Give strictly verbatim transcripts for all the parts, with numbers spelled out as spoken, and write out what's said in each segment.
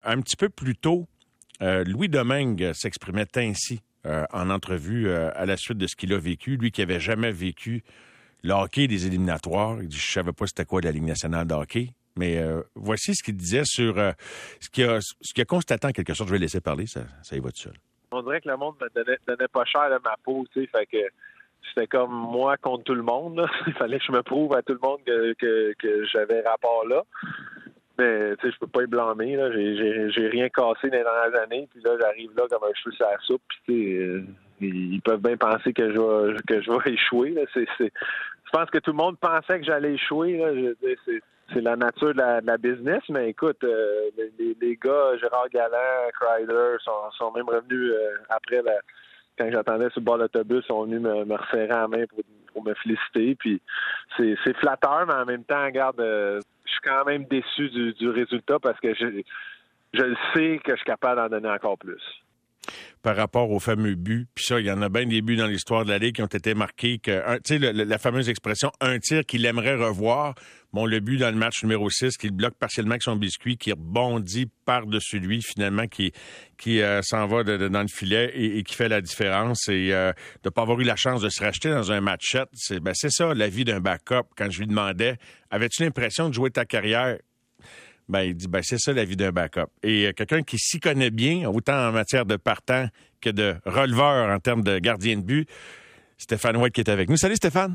un petit peu plus tôt, euh, Louis Domingue s'exprimait ainsi euh, en entrevue euh, à la suite de ce qu'il a vécu. Lui qui avait jamais vécu le hockey des éliminatoires. Il dit « Je savais pas c'était quoi la Ligue nationale de hockey ». Mais euh, voici ce qu'il disait sur euh, ce qu'il a, ce qu'il a constaté en quelque sorte. Je vais laisser parler, ça, ça y va tout seul. On dirait que le monde me donnait, donnait pas cher de ma peau, tu sais, fait que c'était comme moi contre tout le monde, là. Il fallait que je me prouve à tout le monde que, que, que j'avais rapport là. Mais, tu sais, je peux pas y blâmer, là. J'ai, j'ai, j'ai rien cassé dans les dernières années, puis là, j'arrive là comme un cheveu sur la soupe, puis tu sais, euh, ils peuvent bien penser que je vais, que je vais échouer, là. C'est, c'est... Je pense que tout le monde pensait que j'allais échouer, là. Je, c'est... C'est la nature de la, de la business, mais écoute, euh, les, les gars, Gérard Galland, Kreider, sont, sont même revenus euh, après, la, quand j'attendais sur le bord de l'autobus, sont venus me, me resserrer la main pour, pour me féliciter. Puis c'est, c'est flatteur, mais en même temps, regarde, euh, je suis quand même déçu du, du résultat parce que je, je le sais que je suis capable d'en donner encore plus. Par rapport au fameux but. Puis ça, il y en a bien des buts dans l'histoire de la Ligue qui ont été marqués. Que, tu sais, la fameuse expression « un tir qu'il aimerait revoir ». Bon, le but dans le match numéro six, qu'il bloque partiellement avec son biscuit, qui rebondit par-dessus lui, finalement, qui qui euh, s'en va de, de, dans le filet et, et qui fait la différence. Et euh, de ne pas avoir eu la chance de se racheter dans un match-set, c'est, ben, c'est ça, la vie d'un backup. Quand je lui demandais « Avais-tu l'impression de jouer ta carrière? » Ben, il dit, ben, c'est ça la vie d'un backup. Et euh, quelqu'un qui s'y connaît bien, autant en matière de partant que de releveur en termes de gardien de but, Stéphane White qui est avec nous. Salut Stéphane.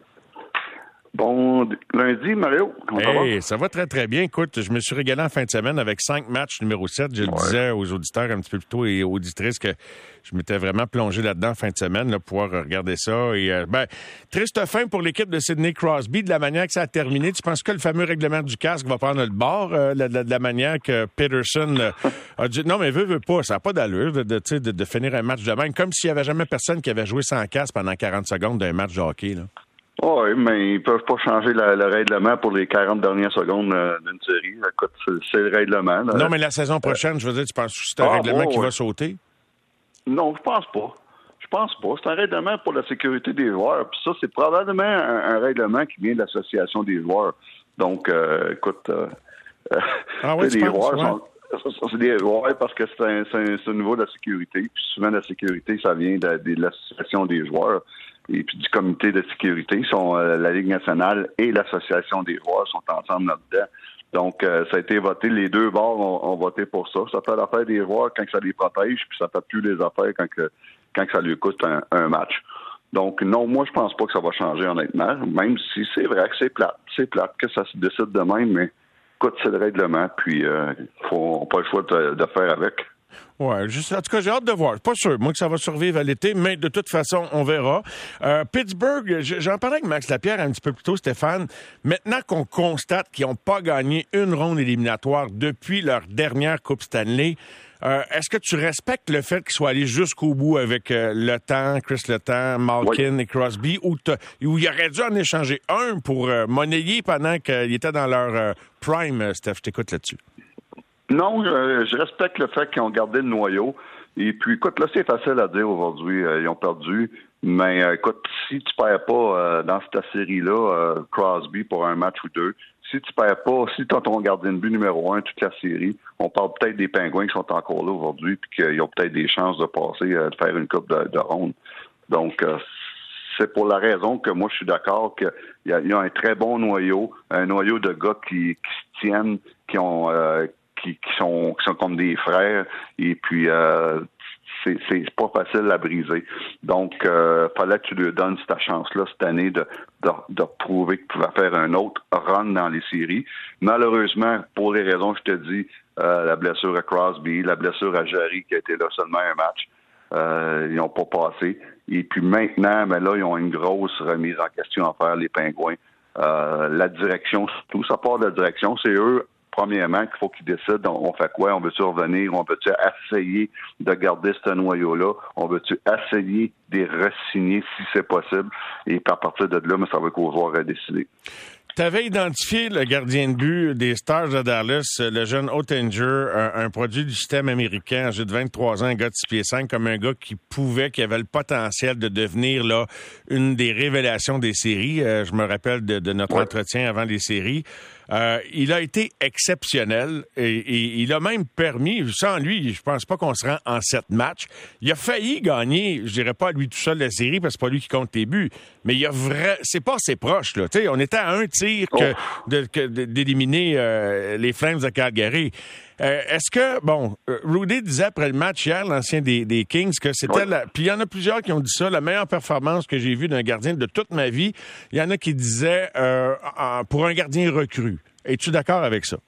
Bon lundi, Mario. Comment hey, ça va? Ça va très, très bien. Écoute, je me suis régalé en fin de semaine avec cinq matchs numéro sept. Je le ouais. disais aux auditeurs un petit peu plus tôt et aux auditrices que je m'étais vraiment plongé là-dedans en fin de semaine, là, pour pouvoir regarder ça. Et euh, ben, triste fin pour l'équipe de Sidney Crosby, de la manière que ça a terminé. Tu penses que le fameux règlement du casque va prendre le bord, euh, de, de, de la manière que Peterson euh, a dit... Non, mais veut, veut pas. Ça n'a pas d'allure de, de, de, de finir un match de même, comme s'il n'y avait jamais personne qui avait joué sans casque pendant quarante secondes d'un match de hockey, là. Oui, mais ils peuvent pas changer la, le règlement pour les quarante dernières secondes euh, d'une série. Écoute, c'est, c'est le règlement. Là. Non, mais la saison prochaine, euh, je veux dire, tu penses que c'est un ah, règlement ouais, qui ouais. va sauter? Non, je pense pas. Je pense pas. C'est un règlement pour la sécurité des joueurs. Puis ça, c'est probablement un, un règlement qui vient de l'association des joueurs. Donc, euh, écoute, euh, ah ouais, les penses, joueurs ouais. sont... C'est des joueurs parce que c'est, un, c'est, un, c'est au niveau de la sécurité. Puis souvent, la sécurité, ça vient de, de l'association des joueurs. Et puis du comité de sécurité, sont euh, la Ligue nationale et l'association des joueurs sont ensemble là-dedans. Donc, euh, ça a été voté. Les deux bords ont, ont voté pour ça. Ça fait l'affaire des joueurs quand ça les protège, puis ça fait plus les affaires quand que, quand que ça lui coûte un, un match. Donc, non, moi, je pense pas que ça va changer, honnêtement. Même si c'est vrai que c'est plate. C'est plate que ça se décide de même, mais écoute, c'est le règlement, puis euh, faut, on n'a pas le choix de, de faire avec. Oui, juste, en tout cas, j'ai hâte de voir. Pas sûr, moi, que ça va survivre à l'été, mais de toute façon, on verra. Euh, Pittsburgh, j'en parlais avec Max Lapierre un petit peu plus tôt, Stéphane. Maintenant qu'on constate qu'ils n'ont pas gagné une ronde éliminatoire depuis leur dernière Coupe Stanley, euh, est-ce que tu respectes le fait qu'ils soient allés jusqu'au bout avec euh, Le Temps, Chris Le Temps, Malkin oui. et Crosby, ou où ils auraient dû en échanger un pour euh, monnayer pendant qu'ils étaient dans leur euh, prime, Steph? Je t'écoute là-dessus. Non, je, je respecte le fait qu'ils ont gardé le noyau. Et puis, écoute, là, c'est facile à dire aujourd'hui. Euh, ils ont perdu. Mais, euh, écoute, si tu perds pas euh, dans cette série-là, euh, Crosby pour un match ou deux, si tu perds pas, si tu as ton gardien de but numéro un toute la série, on parle peut-être des Pingouins qui sont encore là aujourd'hui puis qu'ils ont peut-être des chances de passer, euh, de faire une coupe de, de ronde. Donc, euh, c'est pour la raison que moi, je suis d'accord qu'il y a, il y a un très bon noyau, un noyau de gars qui, qui se tiennent, qui ont... Euh, Qui, qui sont qui sont comme des frères et puis euh, c'est c'est pas facile à briser. Donc euh, fallait que tu lui donnes cette chance-là cette année de de, de prouver que tu vas faire un autre run dans les séries. Malheureusement, pour les raisons que je te dis, euh, la blessure à Crosby, la blessure à Jarry qui a été là seulement un match, euh, ils n'ont pas passé. Et puis maintenant, mais là, ils ont une grosse remise en question à faire, les Pingouins. Euh, la direction, tout ça part de la direction, c'est eux. Premièrement, qu'il faut qu'ils décident, on fait quoi? On veut-tu revenir? On veut-tu essayer de garder ce noyau-là? On veut-tu essayer de les re-signer si c'est possible? Et à partir de là, mais ça va qu'aux joueurs à décider. Tu avais identifié le gardien de but des Stars de Dallas, le jeune Oettinger, un, un produit du système américain, âgé de vingt-trois ans, un gars de six pieds cinq, comme un gars qui pouvait, qui avait le potentiel de devenir là une des révélations des séries. Euh, je me rappelle de, de notre ouais. entretien avant les séries. Euh, il a été exceptionnel et, et il a même permis, sans lui, je pense pas qu'on se rend en sept matchs. Il a failli gagner, je dirais pas à lui tout seul la série parce que c'est pas lui qui compte les buts, mais il a vrai, c'est pas assez proche là. T'sais, on était à un tir que, oh. de, que, d'éliminer euh, les Flames de Calgary. Euh, est-ce que, bon, euh, Rudy disait après le match hier, l'ancien des, des Kings, que c'était oui. la... Puis il y en a plusieurs qui ont dit ça, la meilleure performance que j'ai vue d'un gardien de toute ma vie. Il y en a qui disaient euh, pour un gardien recru. Es-tu d'accord avec ça?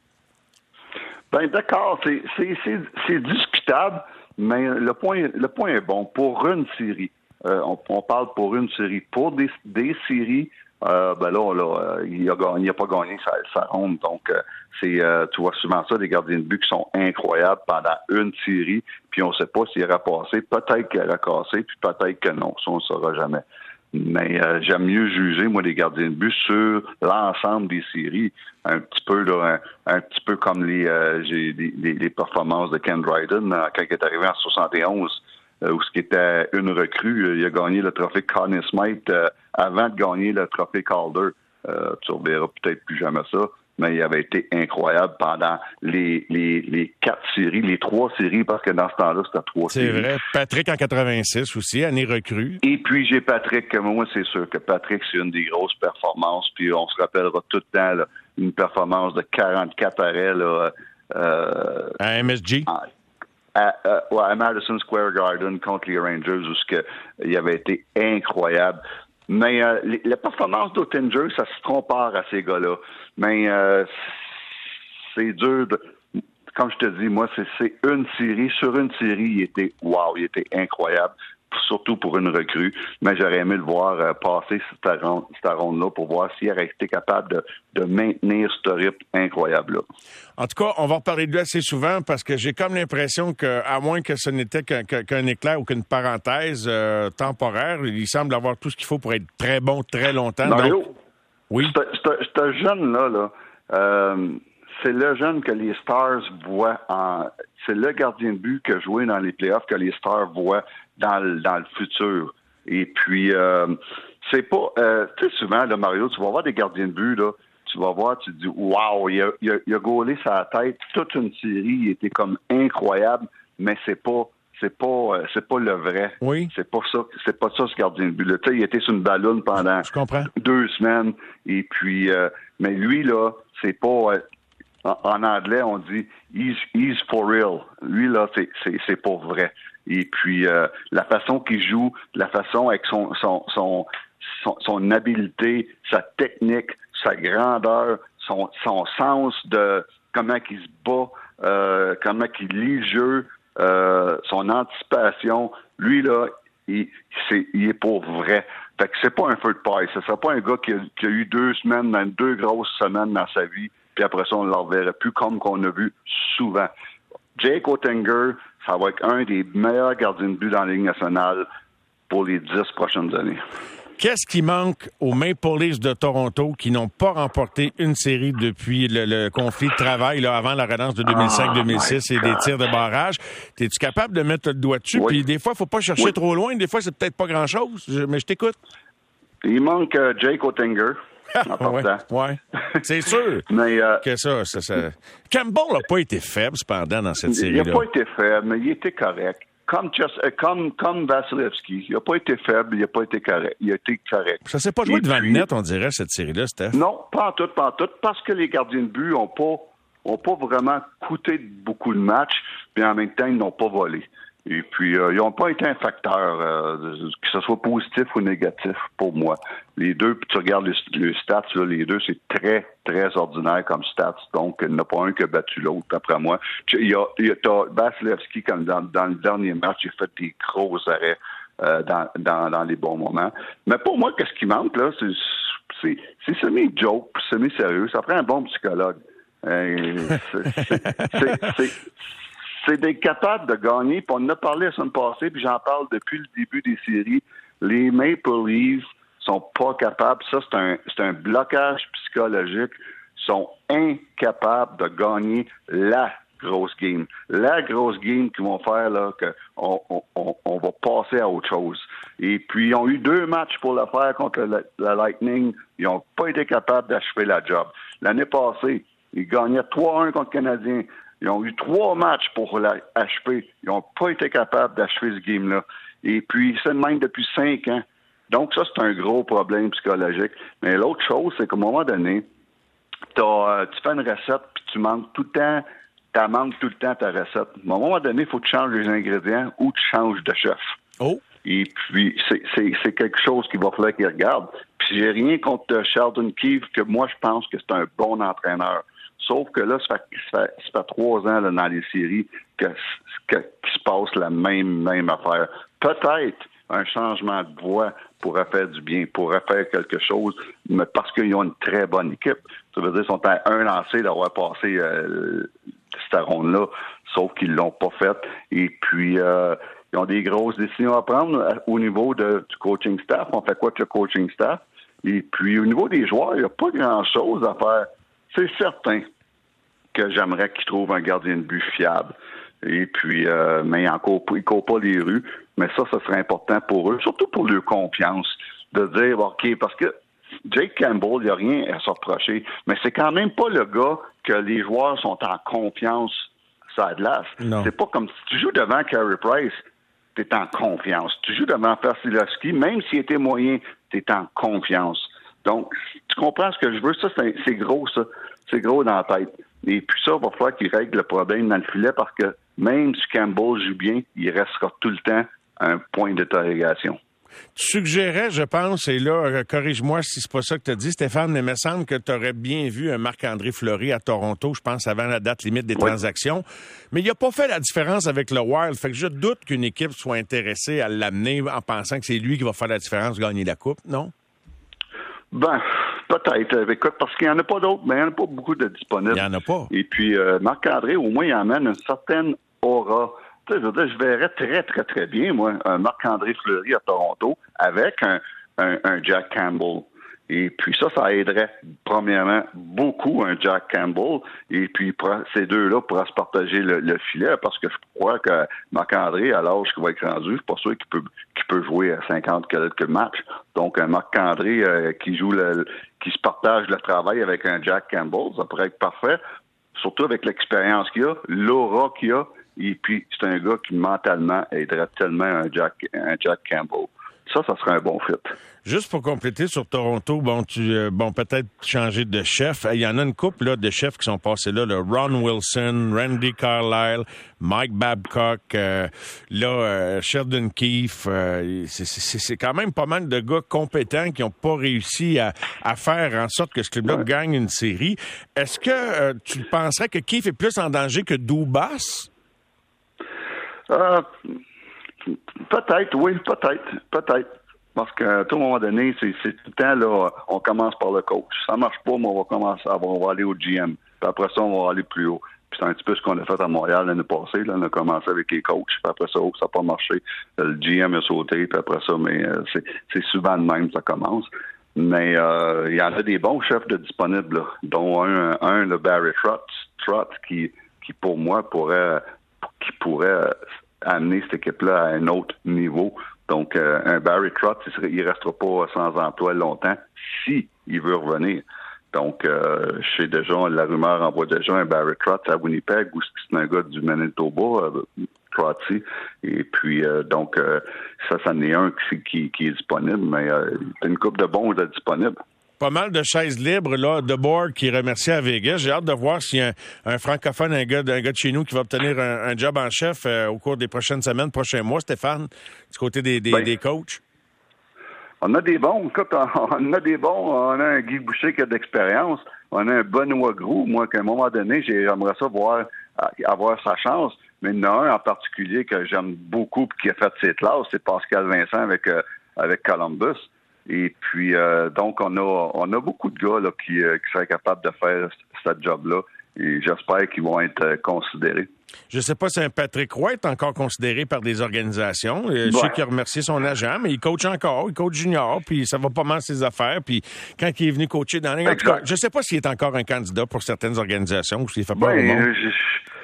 Ben d'accord, c'est, c'est, c'est, c'est discutable, mais le point, le point est bon. Pour une série, euh, on, on parle pour une série. Pour des, des séries, Euh, ben là, là euh, il a gagné, il a pas gagné sa, sa ronde. Donc, euh, c'est, euh, tu vois souvent ça, des gardiens de but qui sont incroyables pendant une série, puis on sait pas s'il aura passé. Peut-être qu'il aura cassé, puis peut-être que non. Ça, on ne saura jamais. Mais euh, j'aime mieux juger, moi, les gardiens de but sur l'ensemble des séries. Un petit peu, là, un, un petit peu comme les, euh, j'ai, les, les, les performances de Ken Dryden euh, quand il est arrivé en soixante et onze. Euh, où ce qui était une recrue, euh, il a gagné le trophée Conn Smythe euh, avant de gagner le trophée Calder. Euh, tu ne reverras peut-être plus jamais ça, mais il avait été incroyable pendant les, les, les quatre séries, les trois séries, parce que dans ce temps-là, c'était trois c'est séries. C'est vrai. Patrick en quatre-vingt-six aussi, année recrue. Et puis j'ai Patrick, moi c'est sûr que Patrick, c'est une des grosses performances, puis on se rappellera tout le temps là, une performance de quarante-quatre arrêts là, euh, à M S G. En, À, à, ouais, à Madison Square Garden contre les Rangers, où ce que, il avait été incroyable. Mais euh, les, la performance d'Ottinger, ça se compare à ces gars-là. Mais euh, c'est dur de... Comme je te dis, moi, c'est, c'est une série. Sur une série, il était wow, il était incroyable. Surtout pour une recrue. Mais j'aurais aimé le voir euh, passer cette, ronde, cette ronde-là pour voir s'il aurait été capable de, de maintenir ce rythme incroyable-là. En tout cas, on va reparler de lui assez souvent parce que j'ai comme l'impression que, à moins que ce n'était qu'un, qu'un éclair ou qu'une parenthèse euh, temporaire, il semble avoir tout ce qu'il faut pour être très bon très longtemps. Mario, donc... oui. Ce jeune-là, là, euh, c'est le jeune que les Stars voient en... C'est le gardien de but qui a joué dans les playoffs que les Stars voient dans le, dans le futur. Et puis, euh, c'est pas... Euh, tu sais, souvent, là, Mario, tu vas voir des gardiens de but, là, tu vas voir, tu te dis, wow, il a, il a, il a gaulé sa tête toute une série, il était comme incroyable, mais c'est pas... C'est pas, euh, c'est pas le vrai. Oui. C'est pas ça, c'est pas ça ce gardien de but. Tu sais, il était sur une ballonne pendant deux semaines. Et puis, euh, mais lui là, c'est pas. Euh, en, en anglais, on dit he's, he's for real. Lui là, c'est, c'est, c'est pas vrai. Et puis, euh, la façon qu'il joue, la façon avec son, son, son, son, son habileté, sa technique, sa grandeur, son, son sens de comment qu'il se bat, euh, comment qu'il lit le jeu. Euh, son anticipation, lui là, il, c'est, il est pour vrai. Fait que c'est pas un feu de paille. Ce sera pas un gars qui a, qui a eu deux semaines, même deux grosses semaines dans sa vie, puis après ça on ne le reverra plus comme qu'on a vu souvent. Jake Ottinger, ça va être un des meilleurs gardiens de but dans la Ligue nationale pour les dix prochaines années. Qu'est-ce qui manque aux Maple Leafs de Toronto qui n'ont pas remporté une série depuis le, le conflit de travail là, avant la relance de deux mille cinq deux mille six oh et des tirs de barrage? Es-tu capable de mettre le doigt dessus? Oui. Puis des fois, il ne faut pas chercher oui. trop loin. Des fois, c'est peut-être pas grand-chose. Je, mais je t'écoute. Il manque euh, Jake Ottinger. En ouais, ouais. C'est sûr mais, euh, que ça, ça, ça... Campbell n'a pas été faible, cependant, dans cette série-là. Il n'a pas été faible, mais il était correct. Comme, comme, comme Vasilevski. Il n'a pas été faible, il n'a pas été correct. Il a été correct. Ça s'est pas joué devant puis, le net, on dirait, cette série-là, Steph. Non, pas en tout, pas en tout, parce que les gardiens de but n'ont pas, ont pas vraiment coûté beaucoup de matchs, puis en même temps, ils n'ont pas volé. Et puis, euh, ils n'ont pas été un facteur, euh, que ce soit positif ou négatif, pour moi. Les deux, puis tu regardes les, les stats, là, les deux, c'est très, très ordinaire comme stats. Donc, il n'y en a pas un qui a battu l'autre, d'après moi. Il y a, il y a Vasilevski, comme dans, dans le dernier match, il a fait des gros arrêts euh, dans, dans, dans les bons moments. Mais pour moi, qu'est-ce qui manque, là, c'est, c'est, c'est semi-joke, semi-sérieux. Ça prend un bon psychologue. Euh, c'est, c'est, c'est, c'est C'est d'être capable de gagner. Puis on en a parlé la semaine passée, puis j'en parle depuis le début des séries. Les Maple Leafs sont pas capables. Ça, c'est un, c'est un blocage psychologique. Ils sont incapables de gagner la grosse game. La grosse game qu'ils vont faire, là, qu'on on, on, on va passer à autre chose. Et puis, ils ont eu deux matchs pour le faire contre le, le Lightning. Ils n'ont pas été capables d'achever la job. L'année passée, ils gagnaient trois un contre le Canadien. Ils ont eu trois matchs pour l'achever. Ils n'ont pas été capables d'achever ce game-là. Et puis, c'est le même depuis cinq ans. Donc, ça, c'est un gros problème psychologique. Mais l'autre chose, c'est qu'à un moment donné, t'as, euh, tu fais une recette, puis tu manques tout le temps, tu manques tout le temps ta recette. Mais à un moment donné, il faut que tu changes les ingrédients ou tu changes de chef. Oh! Et puis, c'est, c'est, c'est quelque chose qu'il va falloir qu'il regarde. Puis, j'ai rien contre Sheldon Keefe, que moi, je pense que c'est un bon entraîneur. Sauf que là, ça fait, ça fait, ça fait trois ans là, dans les séries que, que, qu'il se passe la même, même affaire. Peut-être un changement de voie pourrait faire du bien, pourrait faire quelque chose, mais parce qu'ils ont une très bonne équipe. Ça veut dire qu'ils sont à un lancé d'avoir passé euh, cette ronde-là, sauf qu'ils l'ont pas fait. Et puis, euh, ils ont des grosses décisions à prendre au niveau de, du coaching staff. On fait quoi avec le coaching staff? Et puis, au niveau des joueurs, il n'y a pas grand-chose à faire. C'est certain que j'aimerais qu'ils trouvent un gardien de but fiable. Et puis, euh, mais ils ne courent pas les rues. Mais ça, ça serait important pour eux, surtout pour leur confiance, de dire, OK, parce que Jake Campbell, il n'y a rien à se reprocher, mais c'est quand même pas le gars que les joueurs sont en confiance sur la glace. C'est pas comme si tu joues devant Carey Price, tu es en confiance. Tu joues devant Vasilevskiy, même s'il était moyen, tu es en confiance. Donc, tu comprends ce que je veux? Ça, c'est, c'est gros, ça. C'est gros dans la tête. Et puis ça, il va falloir qu'il règle le problème dans le filet parce que même si Campbell joue bien, il restera tout le temps un point d'interrogation. Tu suggérais, je pense, et là, corrige-moi si c'est pas ça que tu as dit, Stéphane, mais il me semble que tu aurais bien vu un Marc-André Fleury à Toronto, je pense, avant la date limite des oui. transactions. Mais il n'a pas fait la différence avec le Wild. Fait que je doute qu'une équipe soit intéressée à l'amener en pensant que c'est lui qui va faire la différence, gagner la Coupe, non? Ben, peut-être. Écoute, parce qu'il n'y en a pas d'autres, mais il n'y en a pas beaucoup de disponibles. Il n'y en a pas. Et puis, euh, Marc-André, au moins, il amène une certaine aura. Tu sais, je veux dire, je verrais très, très, très bien, moi, un Marc-André Fleury à Toronto avec un, un, un Jack Campbell. Et puis ça, ça aiderait, premièrement, beaucoup un Jack Campbell. Et puis ces deux-là pourraient se partager le, le filet parce que je crois que Marc-André, à l'âge qu'il va être rendu, je suis pas sûr qu'il peut, qu'il peut jouer à cinquante quelques matchs. Donc un Marc-André euh, qui joue le, qui se partage le travail avec un Jack Campbell, ça pourrait être parfait. Surtout avec l'expérience qu'il a, l'aura qu'il a. Et puis, c'est un gars qui, mentalement, aiderait tellement un Jack, un Jack Campbell. Ça, ça serait un bon fit. Juste pour compléter sur Toronto, bon, tu, euh, bon, peut-être changer de chef. Il y en a une couple, là, de chefs qui sont passés là, là. Ron Wilson, Randy Carlyle, Mike Babcock, euh, là, euh, Sheldon Keefe. Euh, c'est, c'est, c'est quand même pas mal de gars compétents qui n'ont pas réussi à, à faire en sorte que ce club-là ouais. gagne une série. Est-ce que euh, tu penserais que Keefe est plus en danger que Dubas? Euh, peut-être, oui, peut-être, peut-être. Parce qu'à tout moment donné, c'est, c'est tout le temps, là, on commence par le coach. Ça marche pas, mais on va commencer, on va aller au G M. Puis après ça, on va aller plus haut. Puis c'est un petit peu ce qu'on a fait à Montréal l'année passée. Là, on a commencé avec les coachs. Puis après ça, oh, ça n'a pas marché. Le G M a sauté. Puis après ça, mais euh, c'est, c'est souvent de même ça commence. Mais euh, il y en a des bons chefs de disponibles, là, dont un, un le Barry Trotz, Trotz qui, qui, pour moi, pourrait... qui pourrait amener cette équipe-là à un autre niveau. Donc, euh, un Barry Trotz, il ne restera pas sans emploi longtemps si il veut revenir. Donc, euh, je sais déjà, la rumeur envoie déjà un Barry Trotz à Winnipeg, où c'est un gars du Manitoba, euh, Trotzy. Et puis, euh, donc, euh, ça, ça en est un qui, qui, qui est disponible, mais euh, c'est une couple de bons de disponibles. Pas mal de chaises libres, là. De Boer qui remercie à Vegas. J'ai hâte de voir s'il y a un, un francophone, un gars, un gars de chez nous qui va obtenir un, un job en chef euh, au cours des prochaines semaines, prochains mois, Stéphane, du côté des, des, ben, des coachs. On a des bons. Écoute, on a des bons. On a un Guy Boucher qui a de l'expérience. On a un Benoît Groux. Moi, qu'à un moment donné, j'aimerais ça voir avoir sa chance. Mais il y en a un en particulier que j'aime beaucoup et qui a fait ses classes, c'est Pascal Vincent avec, euh, avec Columbus. Et puis, euh, donc, on a on a beaucoup de gars là, qui, euh, qui seraient capables de faire ce job-là. Et j'espère qu'ils vont être euh, considérés. Je ne sais pas si un Patrick Roy est encore considéré par des organisations. Je ouais. sais qu'il a remercié son agent, mais il coach encore. Il coach junior, puis ça va pas mal ses affaires. Puis quand il est venu coacher dans les... En tout cas, je ne sais pas s'il est encore un candidat pour certaines organisations ou s'il fait pas ouais, au monde. Je,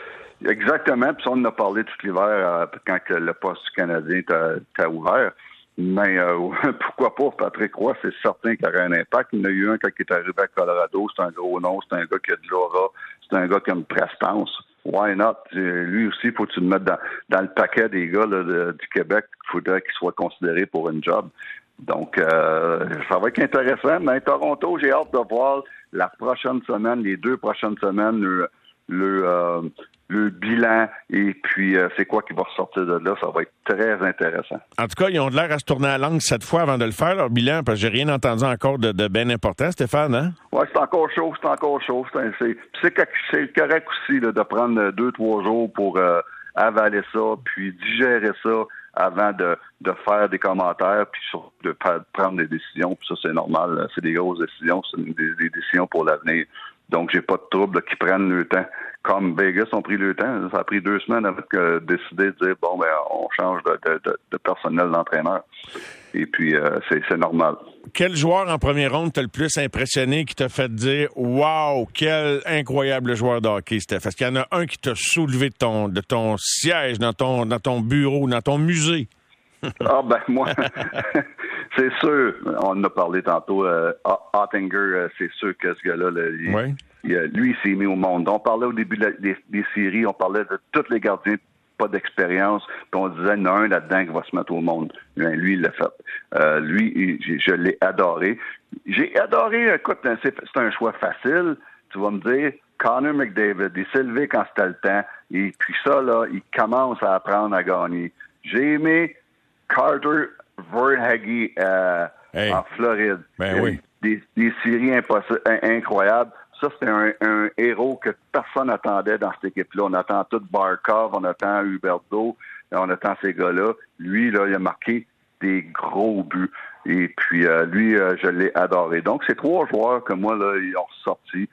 Exactement. Puis ça, on en a parlé tout l'hiver euh, quand que le poste canadien t'a ouvert. Mais euh, pourquoi pas, Patrick Roy, c'est certain qu'il y aurait un impact. Il y en a eu un quand il est arrivé à Colorado. C'est un gros nom, c'est un gars qui a de l'aura, c'est un gars qui a une prestance. Why not? Lui aussi, il faut que tu le mettes dans, dans le paquet des gars là, de, du Québec. Il faudrait qu'il soit considéré pour une job. Donc, euh, ça va être intéressant. Mais Toronto, j'ai hâte de voir la prochaine semaine, les deux prochaines semaines, le, le, euh, le bilan et puis euh, c'est quoi qui va ressortir de là. Ça va être très intéressant. En tout cas, ils ont de l'air à se tourner la langue cette fois avant de le faire, leur bilan, parce que j'ai rien entendu encore de, de bien important, Stéphane, hein? Oui, c'est encore chaud, c'est encore chaud. C'est, c'est, c'est, c'est correct aussi là, de prendre deux, trois jours pour euh, avaler ça, puis digérer ça avant de, de faire des commentaires, puis sur, de prendre des décisions. Puis ça, c'est normal. C'est des grosses décisions, c'est des, des décisions pour l'avenir. Donc, j'ai pas de trouble là, qui prennent le temps. Comme Vegas ont pris le temps. Ça a pris deux semaines avant de décider de dire, bon, ben, on change de, de, de, de personnel d'entraîneur. Et puis, euh, c'est, c'est normal. Quel joueur en première ronde t'a le plus impressionné, qui t'a fait dire « Wow, quel incroyable joueur de hockey, Steph ». Est-ce qu'il y en a un qui t'a soulevé de ton, de ton siège, dans ton, dans ton bureau, dans ton musée? Ah ben moi, c'est sûr, on en a parlé tantôt, euh, Ottinger, euh, c'est sûr que ce gars-là, là, il, oui. il, lui, il s'est mis au monde. On parlait au début de la, des, des séries, on parlait de tous les gardiens, pas d'expérience, puis on disait, il y en a un là-dedans qui va se mettre au monde. Bien, lui, il l'a fait. Euh, lui, il, je l'ai adoré. J'ai adoré, écoute, c'est, c'est un choix facile, tu vas me dire, Connor McDavid, il s'est levé quand c'était le temps, et puis ça, là, il commence à apprendre à gagner. J'ai aimé Carter Verhaeghe euh, hey. en Floride. Ben oui. Des, des séries impossi- incroyables. Ça, c'était un, un héros que personne n'attendait dans cette équipe-là. On attend tout Barkov, on attend Huberdeau, on attend ces gars-là. Lui, là, il a marqué des gros buts. Et puis, euh, lui, euh, je l'ai adoré. Donc, ces trois joueurs que moi, là, ils ont sorti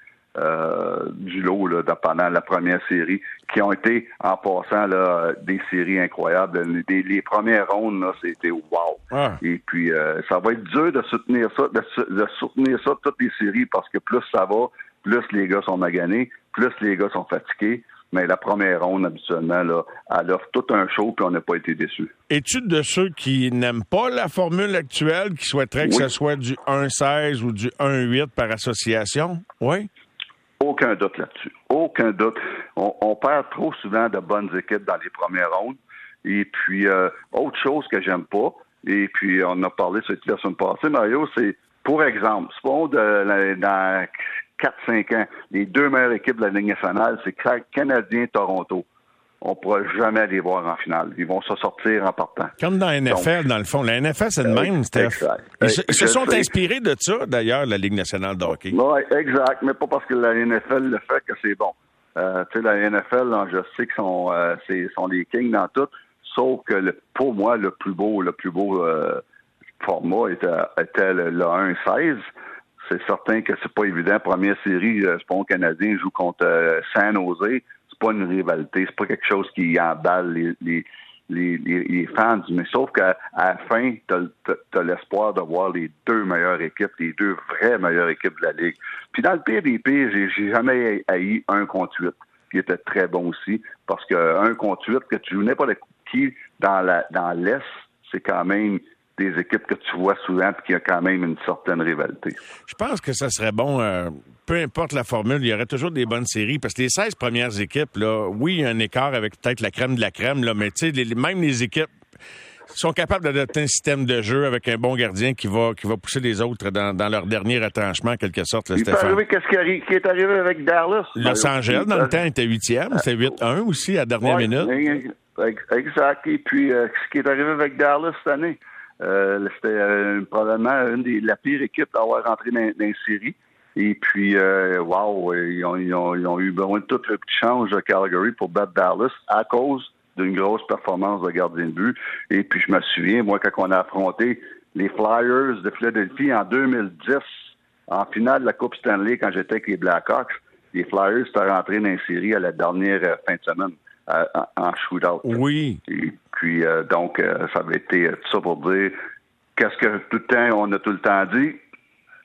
Euh, du lot là, pendant la première série, qui ont été, en passant, là, des séries incroyables. Les, les premières rondes, là, c'était wow. Ah. Et puis, euh, ça va être dur de soutenir ça, de, de soutenir ça toutes les séries, parce que plus ça va, plus les gars sont maganés, plus les gars sont fatigués. Mais la première ronde, habituellement, là, elle offre tout un show, puis on n'a pas été déçus. Es-tu de ceux qui n'aiment pas la formule actuelle, qui souhaiteraient oui. que ce soit du un seize ou du un huit par association? Oui? Aucun doute là-dessus. Aucun doute. On, on perd trop souvent de bonnes équipes dans les premières rondes. Et puis, euh, autre chose que j'aime pas, et puis on a parlé sur la semaine passée, Mario, c'est, pour exemple, supposons de, dans quatre cinq ans, les deux meilleures équipes de la Ligue nationale, c'est Canadien-Toronto. On ne pourra jamais les voir en finale. Ils vont se sortir en partant. Comme dans la N F L, donc, dans le fond. La N F L, c'est le même, Steph. Exact. Ils se, ils se sont sais. inspirés de ça, d'ailleurs, la Ligue nationale de hockey. Oui, exact. Mais pas parce que la N F L le fait que c'est bon. Euh, tu sais, la N F L, là, je sais qu'ils sont, euh, c'est, sont les kings dans tout, sauf que le, pour moi, le plus beau, le plus beau euh, format était, était le, le un seize. C'est certain que c'est pas évident. Première série, euh, c'est pas un Canadien joue contre euh, San Jose. Pas une rivalité, c'est pas quelque chose qui emballe les, les, les, les, les fans, mais sauf qu'à à la fin, t'as, t'as, t'as l'espoir de voir les deux meilleures équipes, les deux vraies meilleures équipes de la Ligue. Puis dans le pire des pires, j'ai, j'ai jamais haï un contre huit, qui était très bon aussi, parce que un contre huit, que tu joues n'importe qui dans, la, dans l'Est, c'est quand même des équipes que tu vois souvent et qui a quand même une certaine rivalité. Je pense que ça serait bon, euh, peu importe la formule, il y aurait toujours des bonnes séries, parce que les seize premières équipes, là, oui, il y a un écart avec peut-être la crème de la crème, là, mais tu sais, les, même les équipes sont capables d'adopter un système de jeu avec un bon gardien qui va qui va pousser les autres dans, dans leur dernier retranchement, en quelque sorte. Là, il Stéphane. peut arriver qu'est-ce qui, arri- qui est arrivé avec Dallas. Los Angeles, dans le temps, était huitième, c'était huit un aussi, à la dernière ouais, minute. Exact. Et puis, euh, ce qui est arrivé avec Dallas cette année, Euh, c'était euh, probablement une des la pire équipe d'avoir rentré dans, dans les séries. Et puis, euh, wow, ils ont, ils, ont, ils ont eu besoin de tout le petit change de Calgary pour battre Dallas à cause d'une grosse performance de gardien de but. Et puis, je me souviens, moi, quand on a affronté les Flyers de Philadelphie en deux mille dix, en finale de la Coupe Stanley, quand j'étais avec les Blackhawks, les Flyers étaient rentrés dans les séries à la dernière euh, fin de semaine. En shootout. Oui. Et puis, euh, donc, euh, ça avait été tout ça pour dire qu'est-ce que tout le temps, on a tout le temps dit,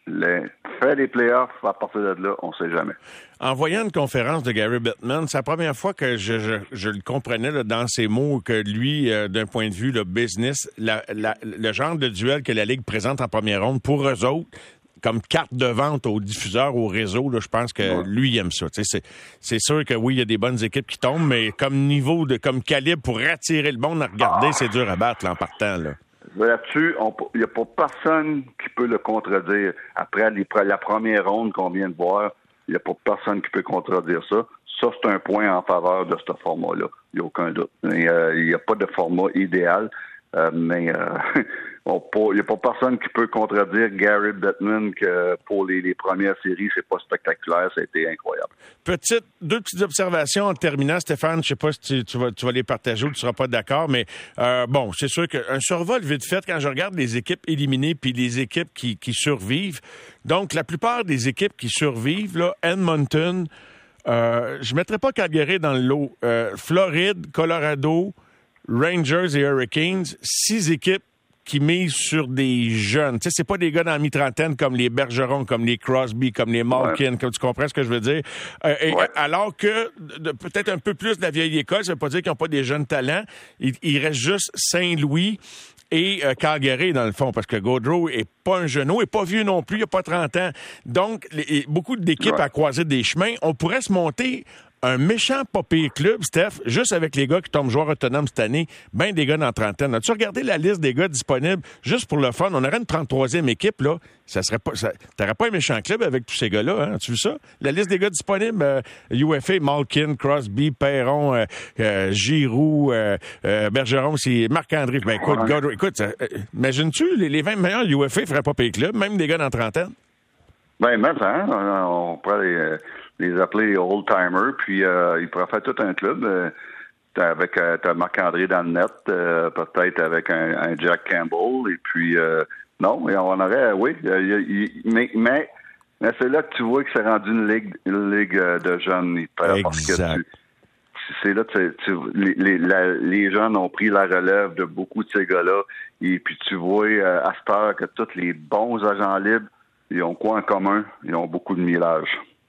les, fait les playoffs, à partir de là, on ne sait jamais. En voyant une conférence de Gary Bettman, c'est la première fois que je, je, je le comprenais là, dans ses mots que lui, euh, d'un point de vue le business, la, la, le genre de duel que la Ligue présente en première ronde, pour eux autres, comme carte de vente aux diffuseurs, au réseau, là, je pense que ouais. lui, il aime ça. C'est, c'est sûr que oui, il y a des bonnes équipes qui tombent, mais comme niveau, de comme calibre pour attirer le monde à regarder, ah. c'est dur à battre là, en partant. Là. Là-dessus, il n'y a pas personne qui peut le contredire. Après les, la première ronde qu'on vient de voir, il n'y a pas personne qui peut contredire ça. Ça, c'est un point en faveur de ce format-là. Il n'y a aucun doute. Il euh, n'y a pas de format idéal, euh, mais euh, il n'y a pas personne qui peut contredire Gary Bettman que pour les, les premières séries, c'est pas spectaculaire, ça a été incroyable. Petite, deux petites observations en terminant, Stéphane. Je ne sais pas si tu, tu, vas, tu vas les partager ou tu ne seras pas d'accord, mais euh, bon, c'est sûr qu'un survol vite fait, quand je regarde les équipes éliminées puis les équipes qui, qui survivent, donc la plupart des équipes qui survivent, là, Edmonton, euh, je ne mettrais pas Calgary dans le lot. Euh, Floride, Colorado, Rangers et Hurricanes, six équipes qui misent sur des jeunes. Tu sais, c'est pas des gars dans la mi-trentaine comme les Bergeron, comme les Crosby, comme les Malkin, ouais. comme tu comprends ce que je veux dire. Euh, et, ouais. Alors que de, peut-être un peu plus de la vieille école, ça veut pas dire qu'ils n'ont pas des jeunes talents. Il, il reste juste Saint-Louis et euh, Calgary, dans le fond, parce que Gaudreau est pas un genou, est pas vieux non plus, il a pas trente ans. Donc, les, beaucoup d'équipes ouais. à croiser des chemins. On pourrait se monter un méchant pas pire club, Steph, juste avec les gars qui tombent joueurs autonomes cette année, ben des gars dans la trentaine. As-tu regardé la liste des gars disponibles juste pour le fun? On aurait une trente-troisième équipe, là. Ça serait pas, ça, t'aurais pas un méchant club avec tous ces gars-là, hein? As-tu vu ça? La liste des gars disponibles, euh, U F A, Malkin, Crosby, Perron, euh, euh, Giroux, euh, euh, Bergeron, c'est Marc-André. Ben écoute, ouais. Gaudreau, écoute, euh, imagines-tu, les, les vingt meilleurs U F A feraient pas pire club, même des gars dans la trentaine? Ben, maintenant, on, on pourrait les, les appeler old-timers, puis euh, ils pourraient faire tout un club. Euh, t'as avec euh, t'as Marc-André dans le net, euh, peut-être avec un, un Jack Campbell, et puis euh, non, et on aurait, oui, y a, y a, mais, mais mais c'est là que tu vois que c'est rendu une ligue, une ligue de jeunes. Parce que tu, c'est là que tu, les, les, la, les jeunes ont pris la relève de beaucoup de ces gars-là, et puis tu vois euh, à cette heure que tous les bons agents libres, ils ont quoi en commun? Ils ont beaucoup de millage.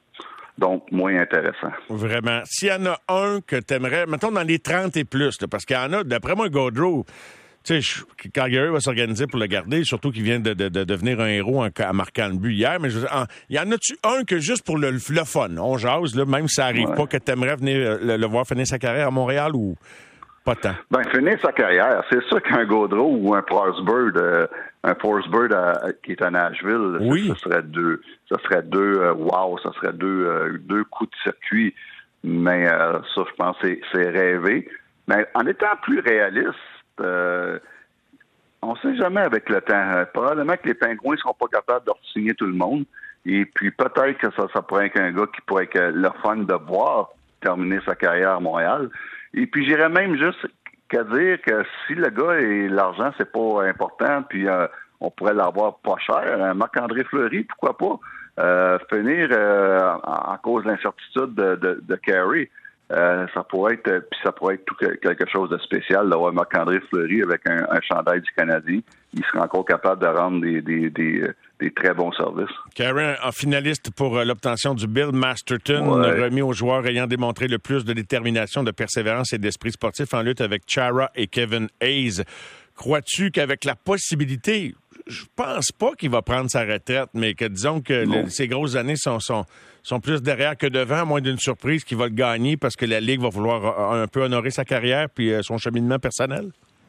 Donc, moins intéressant. Vraiment. S'il y en a un que tu aimerais, mettons dans les trente et plus, là, parce qu'il y en a, d'après moi, Gaudreau, tu sais, Calgary va s'organiser pour le garder, surtout qu'il vient de, de, de devenir un héros en, en marquant le but hier. Mais il y en a-tu un que juste pour le, le fun? On jase, là, même si ça arrive ouais. pas, que tu aimerais venir le, le voir finir sa carrière à Montréal ou pas tant? Ben, finir sa carrière, c'est sûr qu'un Gaudreau ou un Forsberg, euh, un Forsberg euh, qui est à Nashville, oui. ça, ça serait deux, ça serait deux, euh, wow, ça serait deux, euh, deux coups de circuit. Mais euh, ça, je pense, c'est, c'est rêvé. Mais en étant plus réaliste, euh, on ne sait jamais avec le temps. Euh, probablement que les Pingouins ne seront pas capables de signer tout le monde. Et puis peut-être que ça, ça pourrait être un gars qui pourrait être le fun de voir terminer sa carrière à Montréal. Et puis j'irais même juste qu'à dire que si le gars et l'argent, c'est pas important, puis euh, on pourrait l'avoir pas cher, Marc-André Fleury, pourquoi pas? Euh, finir euh, en cause de l'incertitude de, de, de Carey. Euh, ça pourrait être puis ça pourrait être tout quelque chose de spécial d'avoir Marc-André Fleury avec un, un chandail du Canadien. Il serait encore capable de rendre des, des, des, des très bons services. Carey, en finaliste pour l'obtention du Bill Masterton, ouais. remis aux joueurs ayant démontré le plus de détermination, de persévérance et d'esprit sportif en lutte avec Chara et Kevin Hayes. Crois-tu qu'avec la possibilité, je pense pas qu'il va prendre sa retraite, mais que disons que le, ces grosses années sont, sont, sont plus derrière que devant, à moins d'une surprise qu'il va le gagner parce que la Ligue va vouloir un peu honorer sa carrière puis son cheminement personnel?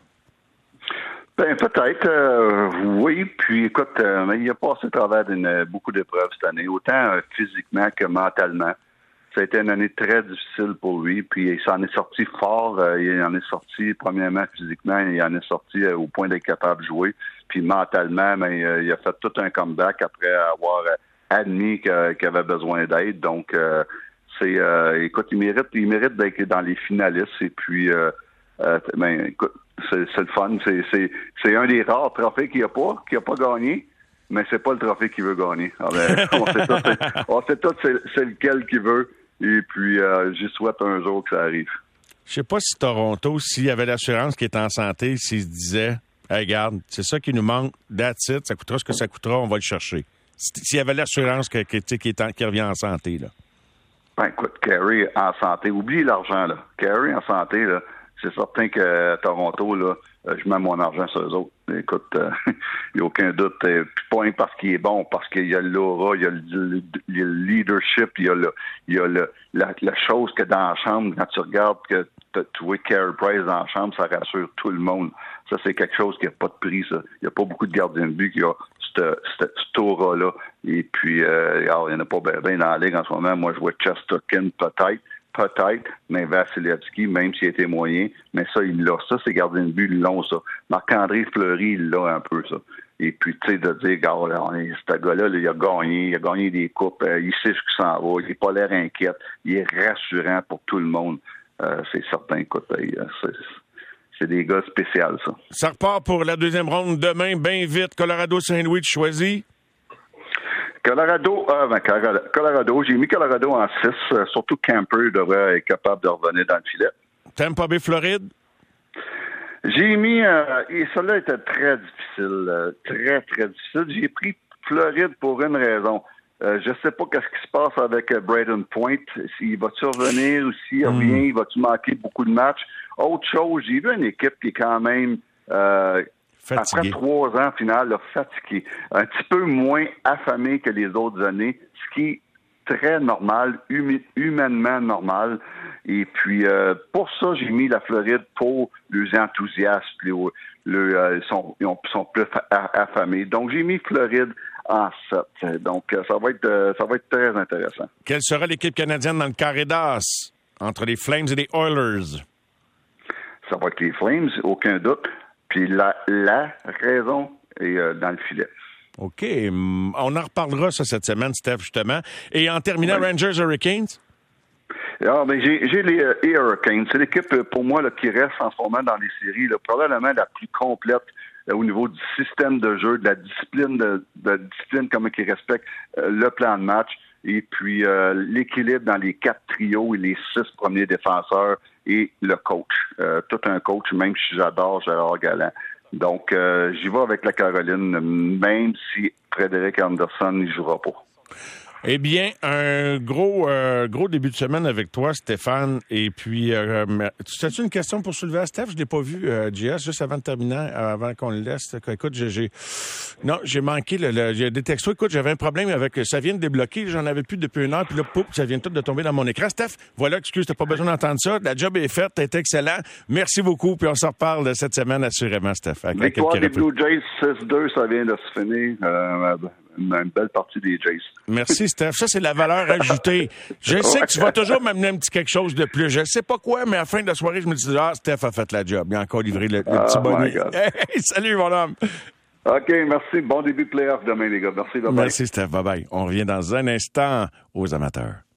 Ben peut-être, euh, oui. Puis écoute, euh, il a passé à travers d'une, beaucoup d'épreuves cette année, autant euh, physiquement que mentalement. Ça a été une année très difficile pour lui, puis il s'en est sorti fort. Euh, il en est sorti, premièrement, physiquement, il en est sorti euh, au point d'être capable de jouer. Puis mentalement, ben, euh, il a fait tout un comeback après avoir euh, admis que, qu'il avait besoin d'aide. Donc, euh, c'est, euh, écoute, il mérite, il mérite d'être dans les finalistes. Et puis, euh, euh, ben, écoute, c'est, c'est le fun. C'est, c'est, c'est un des rares trophées qu'il n'a pas, qu'il n'a pas gagné. Mais c'est pas le trophée qu'il veut gagner. Alors, on sait tous, c'est, on sait tous c'est, c'est lequel qu'il veut. Et puis, euh, j'y souhaite un jour que ça arrive. Je sais pas si Toronto, s'il y avait l'assurance qui est en santé, s'il se disait, hey, regarde, c'est ça qui nous manque, that's it, ça coûtera ce que ça coûtera, on va le chercher. S'il y avait l'assurance que, que, qui, est en, qui revient en santé, là. Ben, écoute, Carey en santé, oublie l'argent, là. Carey en santé, là, c'est certain que Toronto, là, je mets mon argent sur eux autres. Écoute, il euh, n'y a aucun doute. Euh, pas parce qu'il est bon, parce qu'il y a l'aura, il y a le, le, le leadership, il y a, le, il y a le, la, la chose que dans la chambre, quand tu regardes que tu vois Carey Price dans la chambre, ça rassure tout le monde. Ça, c'est quelque chose qui n'a pas de prix, ça. Il n'y a pas beaucoup de gardiens de but qui ont cette aura-là. Et puis, euh, il n'y en a pas bien ben dans la Ligue en ce moment. Moi, je vois Chesterkin peut-être. Peut-être, mais Vasilevski, même s'il était moyen, mais ça, il l'a. Ça, c'est gardien de but, ils l'ont, ça. Marc-André Fleury, il l'a un peu, ça. Et puis, tu sais, de dire, gars, là, ce gars-là, là, il a gagné, il a gagné des coupes, euh, il sait ce qu'il s'en va, il n'est pas l'air inquiète, il est rassurant pour tout le monde. Euh, c'est certain, écoute, euh, c'est, c'est des gars spéciaux, ça. Ça repart pour la deuxième ronde demain, bien vite. Colorado-Saint-Louis, tu choisis? Colorado, euh, ben, Colorado, j'ai mis Colorado en six, euh, surtout Camper devrait être capable de revenir dans le filet. Tampa Bay, Floride? J'ai mis, euh, et cela était très difficile, euh, très, très difficile. J'ai pris Floride pour une raison. Euh, je sais pas qu'est-ce qui se passe avec euh, Braden Point. S'il va-tu revenir ou s'il revient, il va-tu manquer beaucoup de matchs? Autre chose, j'ai vu une équipe qui est quand même... Euh, Fatigué. Après trois ans, final, là, fatigué. Un petit peu moins affamé que les autres années, ce qui est très normal, hum- humainement normal. Et puis, euh, pour ça, j'ai mis la Floride pour les enthousiastes. Les, les, euh, ils, sont, ils sont plus affamés. Donc, j'ai mis Floride en sept. Donc, euh, ça va être, euh, ça va être très intéressant. Quelle sera l'équipe canadienne dans le carré d'as entre les Flames et les Oilers? Ça va être les Flames, aucun doute. Puis la, la raison est euh, dans le filet. OK. On en reparlera, ça, cette semaine, Steph, justement. Et en terminant, oui. Rangers Hurricanes? Ah, ben, j'ai, j'ai les, euh, les Hurricanes. C'est l'équipe, pour moi, là, qui reste en ce moment dans les séries, là, probablement la plus complète euh, au niveau du système de jeu, de la discipline, de, de la discipline, comment ils respectent euh, le plan de match. Et puis, euh, l'équilibre dans les quatre trios et les six premiers défenseurs et le coach. Euh, tout un coach, même si j'adore Gérard Galland. Donc, euh, j'y vais avec la Caroline, même si Frédéric Anderson n'y jouera pas. Eh bien, un gros euh, gros début de semaine avec toi, Stéphane. Et puis, euh, tu as-tu une question pour soulever à Steph? Je ne l'ai pas vu, euh, J S, juste avant de terminer, avant qu'on le laisse. Écoute, j'ai... j'ai... Non, j'ai manqué le, le... J'ai des textos. Écoute, j'avais un problème avec... Ça vient de débloquer. J'en avais plus depuis une heure. Puis là, pouf, ça vient tout de tomber dans mon écran. Steph, voilà, excuse, t'as pas besoin d'entendre ça. La job est faite. T'es excellent. Merci beaucoup. Puis on s'en reparle cette semaine, assurément, Steph. Victoire des Blue Jays six deux, ça vient de se finir. Euh, une belle partie des Jays. Merci, Steph. Ça, c'est la valeur ajoutée. Je sais que tu vas toujours m'amener un petit quelque chose de plus. Je ne sais pas quoi, mais à la fin de la soirée, je me dis, ah, Steph a fait la job. Il a encore livré le, le oh petit bonnet. Hey, salut, mon homme. OK, merci. Bon début de playoff demain, les gars. Merci, bye-bye. Merci, Steph. Bye-bye. On revient dans un instant aux amateurs.